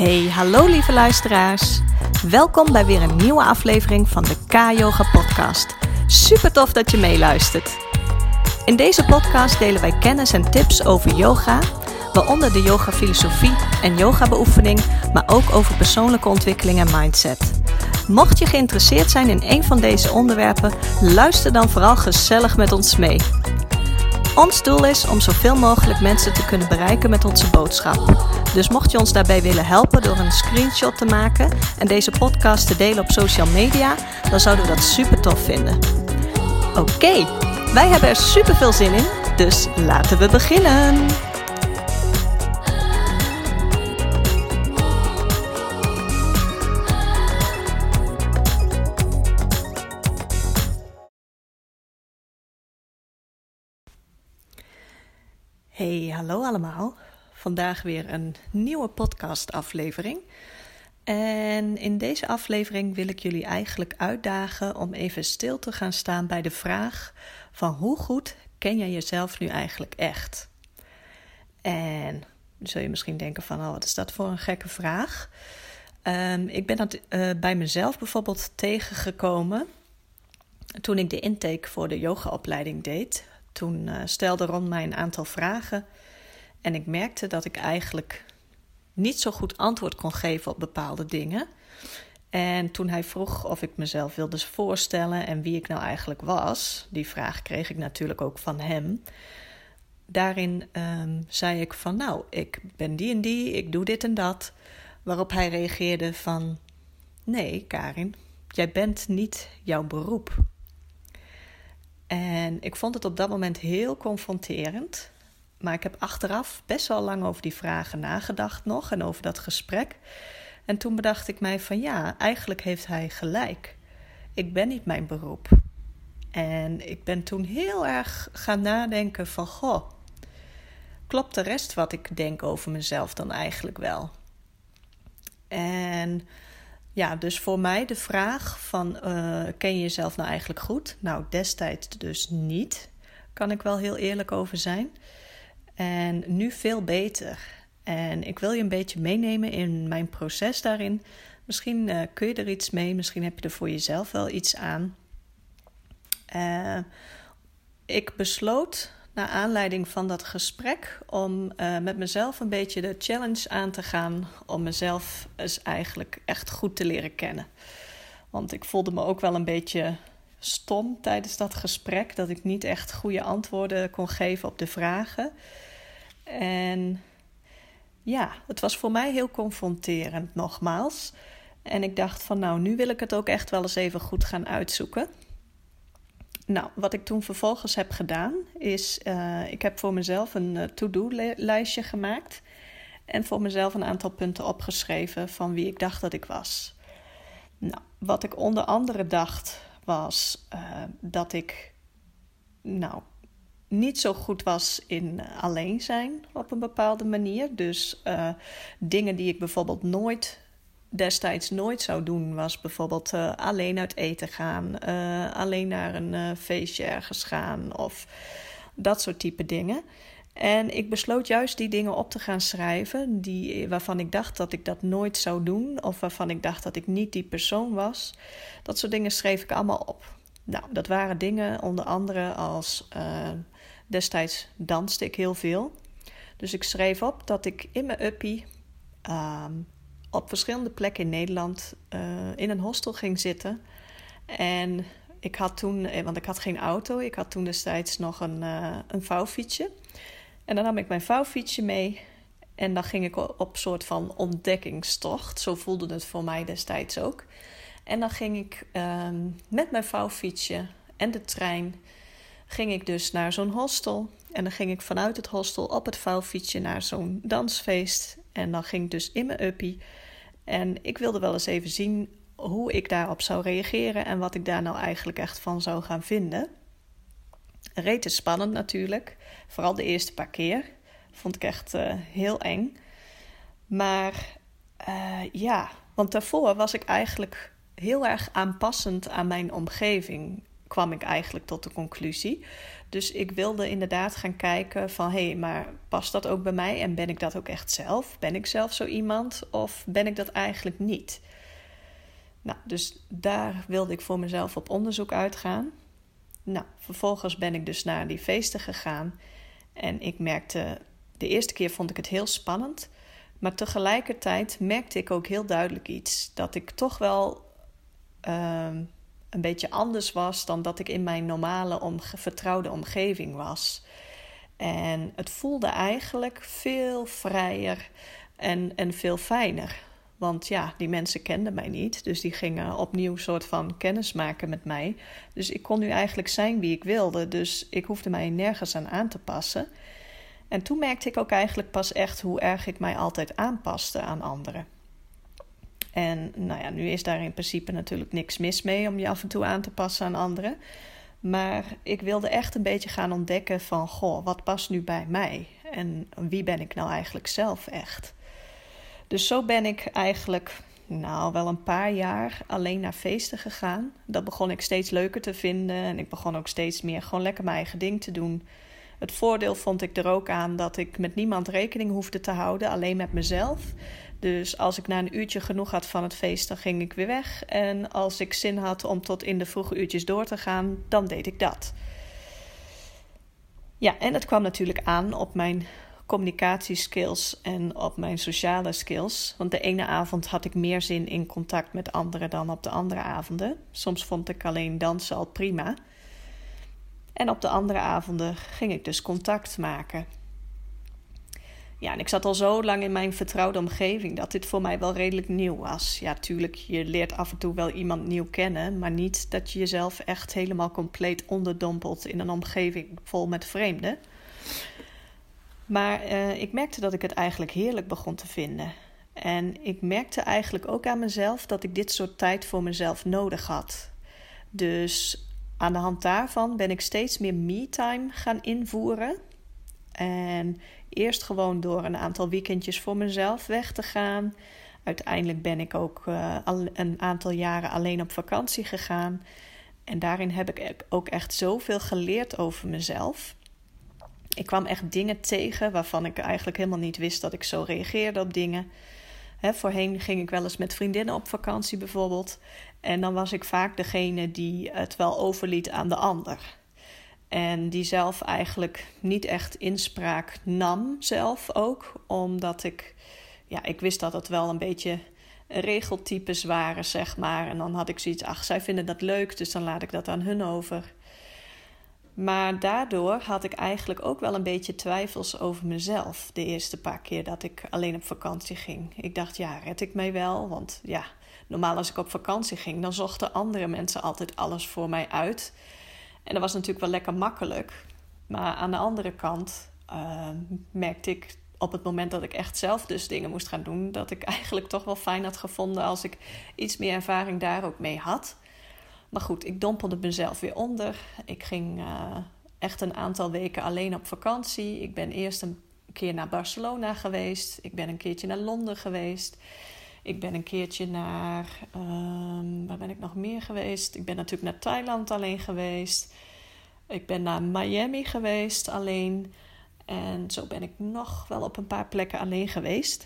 Hey, hallo lieve luisteraars. Welkom bij weer een nieuwe aflevering van de K-Yoga podcast. Super tof dat je meeluistert. In deze podcast delen wij kennis en tips over yoga, waaronder de yoga-filosofie en yoga-beoefening, maar ook over persoonlijke ontwikkeling en mindset. Mocht je geïnteresseerd zijn in een van deze onderwerpen, luister dan vooral gezellig met ons mee. Ons doel is om zoveel mogelijk mensen te kunnen bereiken met onze boodschap. Dus mocht je ons daarbij willen helpen door een screenshot te maken en deze podcast te delen op social media, dan zouden we dat super tof vinden. Oké, wij hebben er super veel zin in, dus laten we beginnen. Hey, hallo allemaal. Vandaag weer een nieuwe podcastaflevering. En in deze aflevering wil ik jullie eigenlijk uitdagen om even stil te gaan staan bij de vraag van hoe goed ken jij jezelf nu eigenlijk echt? En dan zul je misschien denken van, wat is dat voor een gekke vraag? Ik ben dat bij mezelf bijvoorbeeld tegengekomen toen ik de intake voor de yogaopleiding deed. Toen stelde Ron mij een aantal vragen en ik merkte dat ik eigenlijk niet zo goed antwoord kon geven op bepaalde dingen. En toen hij vroeg of ik mezelf wilde voorstellen en wie ik nou eigenlijk was, die vraag kreeg ik natuurlijk ook van hem. Daarin zei ik van ik ben die en die, ik doe dit en dat. Waarop hij reageerde van, nee Karin, jij bent niet jouw beroep. En ik vond het op dat moment heel confronterend. Maar ik heb achteraf best wel lang over die vragen nagedacht nog en over dat gesprek. En toen bedacht ik mij van eigenlijk heeft hij gelijk. Ik ben niet mijn beroep. En ik ben toen heel erg gaan nadenken van, klopt de rest wat ik denk over mezelf dan eigenlijk wel? En dus voor mij de vraag van, ken je jezelf nou eigenlijk goed? Nou, destijds dus niet. Kan ik wel heel eerlijk over zijn. En nu veel beter. En ik wil je een beetje meenemen in mijn proces daarin. Misschien kun je er iets mee. Misschien heb je er voor jezelf wel iets aan. Ik besloot, naar aanleiding van dat gesprek, om met mezelf een beetje de challenge aan te gaan om mezelf eens eigenlijk echt goed te leren kennen. Want ik voelde me ook wel een beetje stom tijdens dat gesprek, dat ik niet echt goede antwoorden kon geven op de vragen. En het was voor mij heel confronterend nogmaals. En ik dacht van nu wil ik het ook echt wel eens even goed gaan uitzoeken. Nou, wat ik toen vervolgens heb gedaan is, ik heb voor mezelf een to-do-lijstje gemaakt en voor mezelf een aantal punten opgeschreven van wie ik dacht dat ik was. Nou, wat ik onder andere dacht was dat ik niet zo goed was in alleen zijn op een bepaalde manier. Dus dingen die ik bijvoorbeeld destijds nooit zou doen, was bijvoorbeeld alleen uit eten gaan, alleen naar een feestje ergens gaan of dat soort type dingen. En ik besloot juist die dingen op te gaan schrijven waarvan ik dacht dat ik dat nooit zou doen of waarvan ik dacht dat ik niet die persoon was. Dat soort dingen schreef ik allemaal op. Nou, dat waren dingen onder andere als destijds danste ik heel veel. Dus ik schreef op dat ik in mijn uppie op verschillende plekken in Nederland in een hostel ging zitten. En ik had toen, want ik had geen auto, ik had toen destijds nog een vouwfietsje. En dan nam ik mijn vouwfietsje mee en dan ging ik op soort van ontdekkingstocht. Zo voelde het voor mij destijds ook. En dan ging ik met mijn vouwfietsje en de trein ging ik dus naar zo'n hostel. En dan ging ik vanuit het hostel op het vouwfietsje naar zo'n dansfeest. En dan ging ik dus in mijn uppie. En ik wilde wel eens even zien hoe ik daarop zou reageren en wat ik daar nou eigenlijk echt van zou gaan vinden. Rete spannend natuurlijk. Vooral de eerste paar keer. Vond ik echt heel eng. Maar want daarvoor was ik eigenlijk heel erg aanpassend aan mijn omgeving. Kwam ik eigenlijk tot de conclusie. Dus ik wilde inderdaad gaan kijken van... hé, maar past dat ook bij mij? En ben ik dat ook echt zelf? Ben ik zelf zo iemand? Of ben ik dat eigenlijk niet? Nou, dus daar wilde ik voor mezelf op onderzoek uitgaan. Nou, vervolgens ben ik dus naar die feesten gegaan. En ik merkte... de eerste keer vond ik het heel spannend. Maar tegelijkertijd merkte ik ook heel duidelijk iets. Dat ik toch wel... een beetje anders was dan dat ik in mijn normale vertrouwde omgeving was. En het voelde eigenlijk veel vrijer en veel fijner. Want ja, die mensen kenden mij niet. Dus die gingen opnieuw soort van kennis maken met mij. Dus ik kon nu eigenlijk zijn wie ik wilde. Dus ik hoefde mij nergens aan te passen. En toen merkte ik ook eigenlijk pas echt hoe erg ik mij altijd aanpaste aan anderen. En nou ja, nu is daar in principe natuurlijk niks mis mee om je af en toe aan te passen aan anderen. Maar ik wilde echt een beetje gaan ontdekken van... goh, wat past nu bij mij? En wie ben ik nou eigenlijk zelf echt? Dus zo ben ik eigenlijk wel een paar jaar alleen naar feesten gegaan. Dat begon ik steeds leuker te vinden. En ik begon ook steeds meer gewoon lekker mijn eigen ding te doen. Het voordeel vond ik er ook aan dat ik met niemand rekening hoefde te houden. Alleen met mezelf. Dus als ik na een uurtje genoeg had van het feest, dan ging ik weer weg. En als ik zin had om tot in de vroege uurtjes door te gaan, dan deed ik dat. Ja, en het kwam natuurlijk aan op mijn communicatieskills en op mijn sociale skills. Want de ene avond had ik meer zin in contact met anderen dan op de andere avonden. Soms vond ik alleen dansen al prima. En op de andere avonden ging ik dus contact maken. Ja, en ik zat al zo lang in mijn vertrouwde omgeving dat dit voor mij wel redelijk nieuw was. Ja, tuurlijk, je leert af en toe wel iemand nieuw kennen, maar niet dat je jezelf echt helemaal compleet onderdompelt in een omgeving vol met vreemden. Maar ik merkte dat ik het eigenlijk heerlijk begon te vinden. En ik merkte eigenlijk ook aan mezelf dat ik dit soort tijd voor mezelf nodig had. Dus aan de hand daarvan ben ik steeds meer me-time gaan invoeren. En eerst gewoon door een aantal weekendjes voor mezelf weg te gaan. Uiteindelijk ben ik ook al een aantal jaren alleen op vakantie gegaan. En daarin heb ik ook echt zoveel geleerd over mezelf. Ik kwam echt dingen tegen waarvan ik eigenlijk helemaal niet wist dat ik zo reageerde op dingen. Voorheen ging ik wel eens met vriendinnen op vakantie bijvoorbeeld. En dan was ik vaak degene die het wel overliet aan de ander. En die zelf eigenlijk niet echt inspraak nam zelf ook. Omdat ik wist dat het wel een beetje regeltypes waren, zeg maar. En dan had ik zoiets, zij vinden dat leuk, dus dan laat ik dat aan hun over. Maar daardoor had ik eigenlijk ook wel een beetje twijfels over mezelf. De eerste paar keer dat ik alleen op vakantie ging. Ik dacht, red ik mij wel? Want normaal als ik op vakantie ging, dan zochten andere mensen altijd alles voor mij uit. En dat was natuurlijk wel lekker makkelijk. Maar aan de andere kant merkte ik op het moment dat ik echt zelf dus dingen moest gaan doen, dat ik eigenlijk toch wel fijn had gevonden als ik iets meer ervaring daar ook mee had. Maar goed, ik dompelde mezelf weer onder. Ik ging echt een aantal weken alleen op vakantie. Ik ben eerst een keer naar Barcelona geweest. Ik ben een keertje naar Londen geweest. Ik ben een keertje naar... waar ben ik nog meer geweest? Ik ben natuurlijk naar Thailand alleen geweest. Ik ben naar Miami geweest alleen. En zo ben ik nog wel op een paar plekken alleen geweest.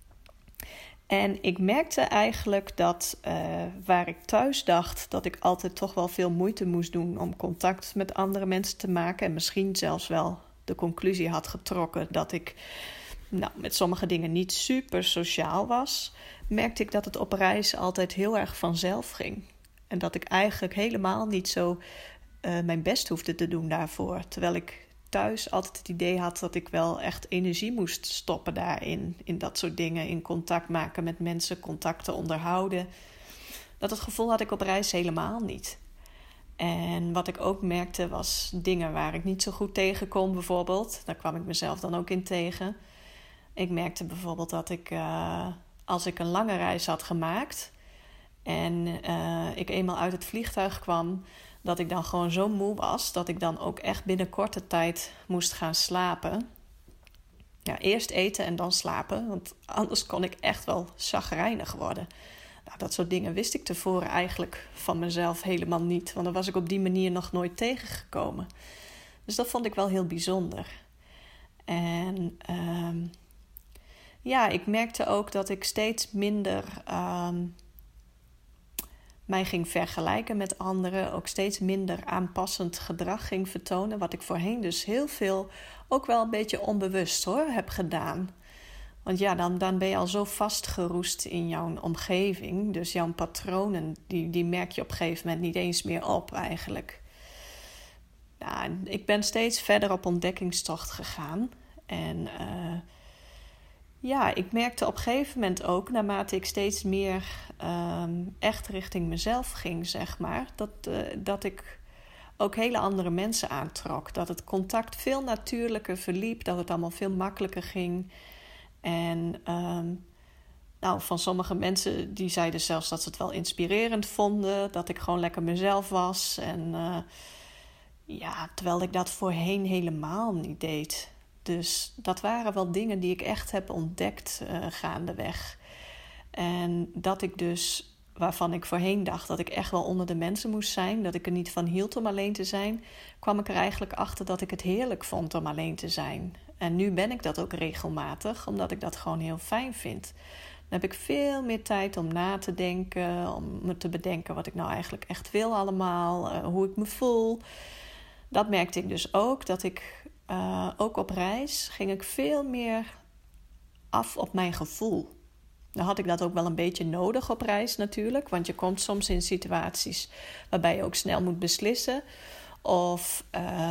En ik merkte eigenlijk dat waar ik thuis dacht dat ik altijd toch wel veel moeite moest doen om contact met andere mensen te maken. En misschien zelfs wel de conclusie had getrokken dat ik met sommige dingen niet super sociaal was. Merkte ik dat het op reis altijd heel erg vanzelf ging. En dat ik eigenlijk helemaal niet zo mijn best hoefde te doen daarvoor. Terwijl ik thuis altijd het idee had dat ik wel echt energie moest stoppen daarin. In dat soort dingen, in contact maken met mensen, contacten onderhouden. Dat gevoel had ik op reis helemaal niet. En wat ik ook merkte was dingen waar ik niet zo goed tegen kon bijvoorbeeld. Daar kwam ik mezelf dan ook in tegen. Ik merkte bijvoorbeeld dat ik, als ik een lange reis had gemaakt en ik eenmaal uit het vliegtuig kwam, dat ik dan gewoon zo moe was dat ik dan ook echt binnen korte tijd moest gaan slapen. Ja, eerst eten en dan slapen, want anders kon ik echt wel chagrijnig worden. Nou, dat soort dingen wist ik tevoren eigenlijk van mezelf helemaal niet, want daar was ik op die manier nog nooit tegengekomen. Dus dat vond ik wel heel bijzonder. En ik merkte ook dat ik steeds minder mij ging vergelijken met anderen. Ook steeds minder aanpassend gedrag ging vertonen. Wat ik voorheen dus heel veel, ook wel een beetje onbewust heb gedaan. Want dan ben je al zo vastgeroest in jouw omgeving. Dus jouw patronen, die merk je op een gegeven moment niet eens meer op eigenlijk. Nou, ik ben steeds verder op ontdekkingstocht gegaan. En ik merkte op een gegeven moment ook, naarmate ik steeds meer echt richting mezelf ging, zeg maar, dat ik ook hele andere mensen aantrok. Dat het contact veel natuurlijker verliep, dat het allemaal veel makkelijker ging. En van sommige mensen die zeiden zelfs dat ze het wel inspirerend vonden, dat ik gewoon lekker mezelf was. En terwijl ik dat voorheen helemaal niet deed. Dus dat waren wel dingen die ik echt heb ontdekt gaandeweg. En dat ik dus, waarvan ik voorheen dacht dat ik echt wel onder de mensen moest zijn, dat ik er niet van hield om alleen te zijn, kwam ik er eigenlijk achter dat ik het heerlijk vond om alleen te zijn. En nu ben ik dat ook regelmatig, omdat ik dat gewoon heel fijn vind. Dan heb ik veel meer tijd om na te denken, om me te bedenken wat ik nou eigenlijk echt wil allemaal, hoe ik me voel. Dat merkte ik dus ook, dat ik ook op reis ging ik veel meer af op mijn gevoel. Dan had ik dat ook wel een beetje nodig op reis natuurlijk, want je komt soms in situaties waarbij je ook snel moet beslissen. Of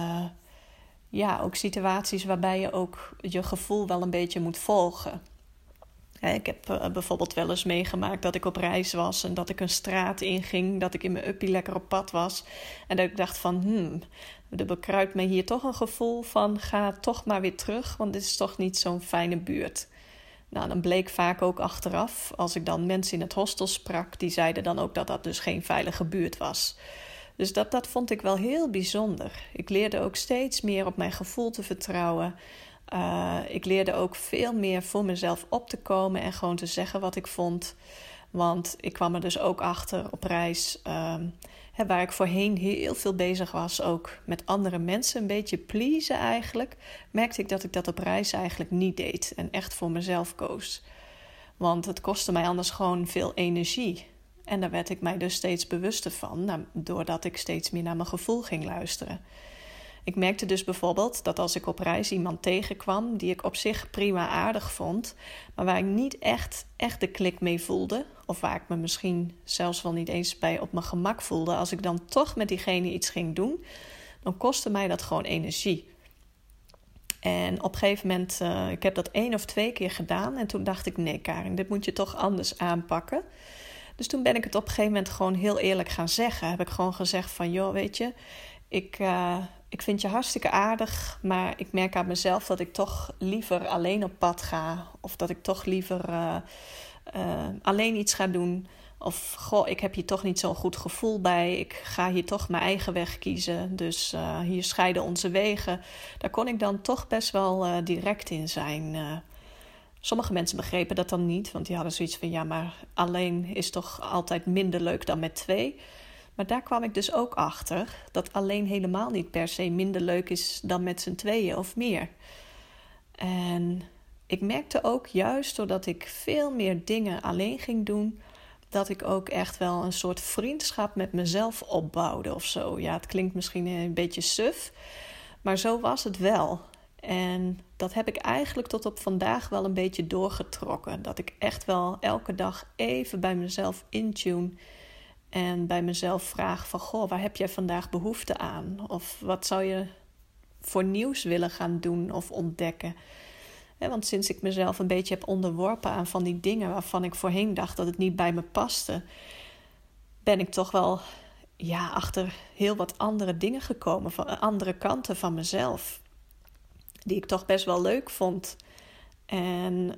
ook situaties waarbij je ook je gevoel wel een beetje moet volgen. Ik heb bijvoorbeeld wel eens meegemaakt dat ik op reis was en dat ik een straat inging, dat ik in mijn uppie lekker op pad was. En dat ik dacht van, er bekruipt me hier toch een gevoel van, ga toch maar weer terug, want dit is toch niet zo'n fijne buurt. Nou, dan bleek vaak ook achteraf, als ik dan mensen in het hostel sprak, die zeiden dan ook dat dat dus geen veilige buurt was. Dus dat vond ik wel heel bijzonder. Ik leerde ook steeds meer op mijn gevoel te vertrouwen. Ik leerde ook veel meer voor mezelf op te komen en gewoon te zeggen wat ik vond. Want ik kwam er dus ook achter op reis, waar ik voorheen heel veel bezig was, ook met andere mensen, een beetje pleasen eigenlijk, merkte ik dat op reis eigenlijk niet deed en echt voor mezelf koos. Want het kostte mij anders gewoon veel energie. En daar werd ik mij dus steeds bewuster van, doordat ik steeds meer naar mijn gevoel ging luisteren. Ik merkte dus bijvoorbeeld dat als ik op reis iemand tegenkwam die ik op zich prima aardig vond, maar waar ik niet echt de klik mee voelde, of waar ik me misschien zelfs wel niet eens bij op mijn gemak voelde, als ik dan toch met diegene iets ging doen, dan kostte mij dat gewoon energie. En op een gegeven moment, ik heb dat 1 of 2 keer gedaan en toen dacht ik, nee Karin, dit moet je toch anders aanpakken. Dus toen ben ik het op een gegeven moment gewoon heel eerlijk gaan zeggen. Heb ik gewoon gezegd van, joh, weet je, ik vind je hartstikke aardig, maar ik merk aan mezelf dat ik toch liever alleen op pad ga. Of dat ik toch liever alleen iets ga doen. Of, ik heb hier toch niet zo'n goed gevoel bij. Ik ga hier toch mijn eigen weg kiezen. Dus hier scheiden onze wegen. Daar kon ik dan toch best wel direct in zijn. Sommige mensen begrepen dat dan niet, want die hadden zoiets van, ja, maar alleen is toch altijd minder leuk dan met 2. Maar daar kwam ik dus ook achter dat alleen helemaal niet per se minder leuk is dan met z'n 2 of meer. En ik merkte ook juist doordat ik veel meer dingen alleen ging doen, dat ik ook echt wel een soort vriendschap met mezelf opbouwde of zo. Ja, het klinkt misschien een beetje suf, maar zo was het wel. En dat heb ik eigenlijk tot op vandaag wel een beetje doorgetrokken. Dat ik echt wel elke dag even bij mezelf intune en bij mezelf vraag van, waar heb jij vandaag behoefte aan? Of wat zou je voor nieuws willen gaan doen of ontdekken? Want sinds ik mezelf een beetje heb onderworpen aan van die dingen waarvan ik voorheen dacht dat het niet bij me paste, ben ik toch wel achter heel wat andere dingen gekomen, van andere kanten van mezelf, die ik toch best wel leuk vond. En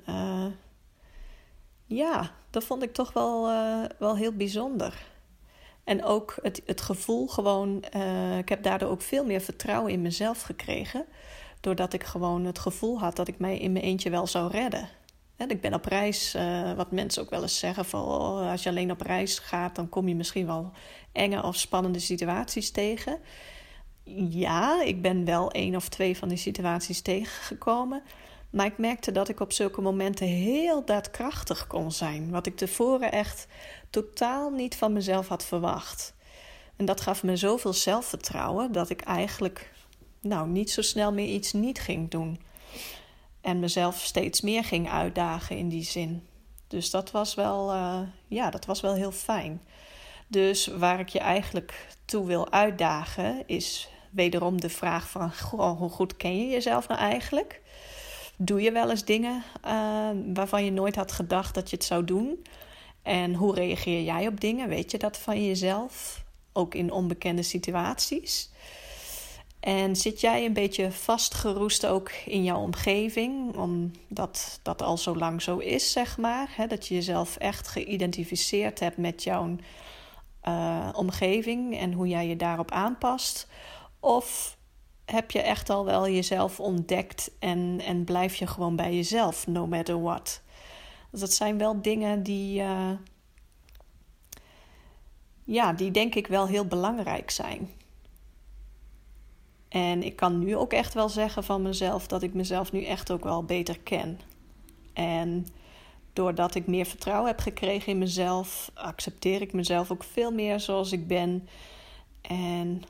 dat vond ik toch wel heel bijzonder. En ook het gevoel gewoon, ik heb daardoor ook veel meer vertrouwen in mezelf gekregen, doordat ik gewoon het gevoel had dat ik mij in mijn eentje wel zou redden. Ik ben op reis, wat mensen ook wel eens zeggen, van als je alleen op reis gaat, dan kom je misschien wel enge of spannende situaties tegen. ja, ik ben wel 1 of 2 van die situaties tegengekomen. Maar ik merkte dat ik op zulke momenten heel daadkrachtig kon zijn. Wat ik tevoren echt totaal niet van mezelf had verwacht. En dat gaf me zoveel zelfvertrouwen dat ik eigenlijk niet zo snel meer iets niet ging doen. En mezelf steeds meer ging uitdagen in die zin. Dus dat was wel heel fijn. Dus waar ik je eigenlijk toe wil uitdagen is wederom de vraag van hoe goed ken je jezelf nou eigenlijk? Doe je wel eens dingen waarvan je nooit had gedacht dat je het zou doen? En hoe reageer jij op dingen? Weet je dat van jezelf? Ook in onbekende situaties. En zit jij een beetje vastgeroest ook in jouw omgeving? Omdat dat al zo lang zo is, zeg maar. Hè? Dat je jezelf echt geïdentificeerd hebt met jouw omgeving en hoe jij je daarop aanpast. Of heb je echt al wel jezelf ontdekt en blijf je gewoon bij jezelf, no matter what? Dus dat zijn wel dingen die denk ik wel heel belangrijk zijn. En ik kan nu ook echt wel zeggen van mezelf dat ik mezelf nu echt ook wel beter ken. En doordat ik meer vertrouwen heb gekregen in mezelf, accepteer ik mezelf ook veel meer zoals ik ben. En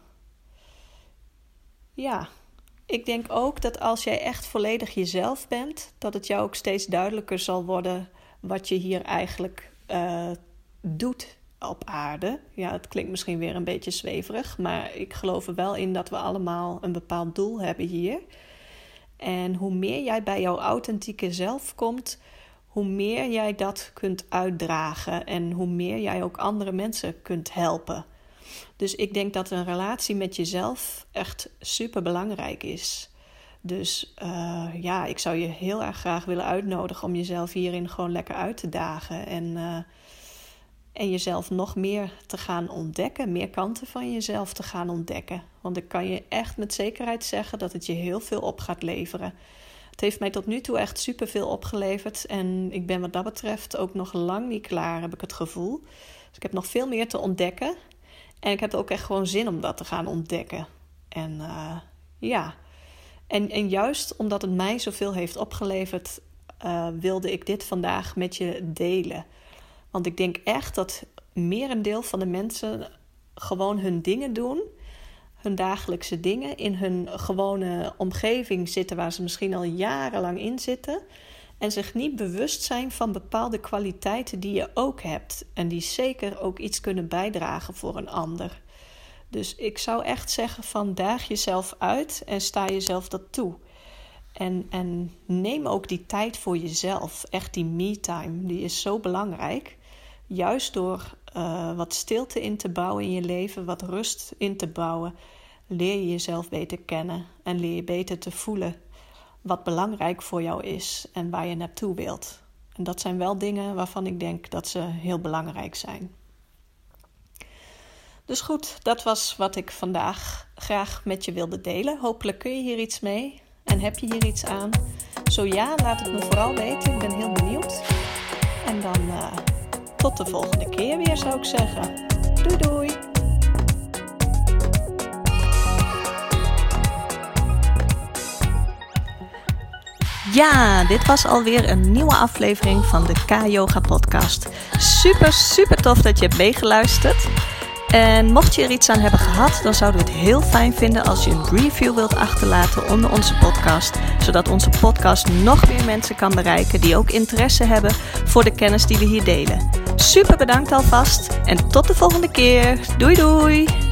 ja, ik denk ook dat als jij echt volledig jezelf bent, dat het jou ook steeds duidelijker zal worden wat je hier eigenlijk doet op aarde. Ja, het klinkt misschien weer een beetje zweverig, maar ik geloof er wel in dat we allemaal een bepaald doel hebben hier. En hoe meer jij bij jouw authentieke zelf komt, hoe meer jij dat kunt uitdragen en hoe meer jij ook andere mensen kunt helpen. Dus ik denk dat een relatie met jezelf echt super belangrijk is. Dus ik zou je heel erg graag willen uitnodigen om jezelf hierin gewoon lekker uit te dagen. En jezelf nog meer te gaan ontdekken, meer kanten van jezelf te gaan ontdekken. Want ik kan je echt met zekerheid zeggen dat het je heel veel op gaat leveren. Het heeft mij tot nu toe echt superveel opgeleverd. En ik ben wat dat betreft ook nog lang niet klaar, heb ik het gevoel. Dus ik heb nog veel meer te ontdekken. En ik heb ook echt gewoon zin om dat te gaan ontdekken. En En juist omdat het mij zoveel heeft opgeleverd, wilde ik dit vandaag met je delen. Want ik denk echt dat merendeel van de mensen gewoon hun dingen doen, hun dagelijkse dingen, in hun gewone omgeving zitten waar ze misschien al jarenlang in zitten en zich niet bewust zijn van bepaalde kwaliteiten die je ook hebt en die zeker ook iets kunnen bijdragen voor een ander. Dus ik zou echt zeggen van daag jezelf uit en sta jezelf dat toe. En neem ook die tijd voor jezelf. Echt die me-time, die is zo belangrijk. Juist door wat stilte in te bouwen in je leven, wat rust in te bouwen, leer je jezelf beter kennen en leer je beter te voelen wat belangrijk voor jou is en waar je naartoe wilt. En dat zijn wel dingen waarvan ik denk dat ze heel belangrijk zijn. Dus goed, dat was wat ik vandaag graag met je wilde delen. Hopelijk kun je hier iets mee en heb je hier iets aan. Zo ja, laat het me vooral weten. Ik ben heel benieuwd. En dan tot de volgende keer weer, zou ik zeggen. Doei doei! Ja, dit was alweer een nieuwe aflevering van de K-Yoga podcast. Super tof dat je hebt meegeluisterd. En mocht je er iets aan hebben gehad, dan zouden we het heel fijn vinden als je een review wilt achterlaten onder onze podcast. Zodat onze podcast nog meer mensen kan bereiken die ook interesse hebben voor de kennis die we hier delen. Super bedankt alvast en tot de volgende keer. Doei doei!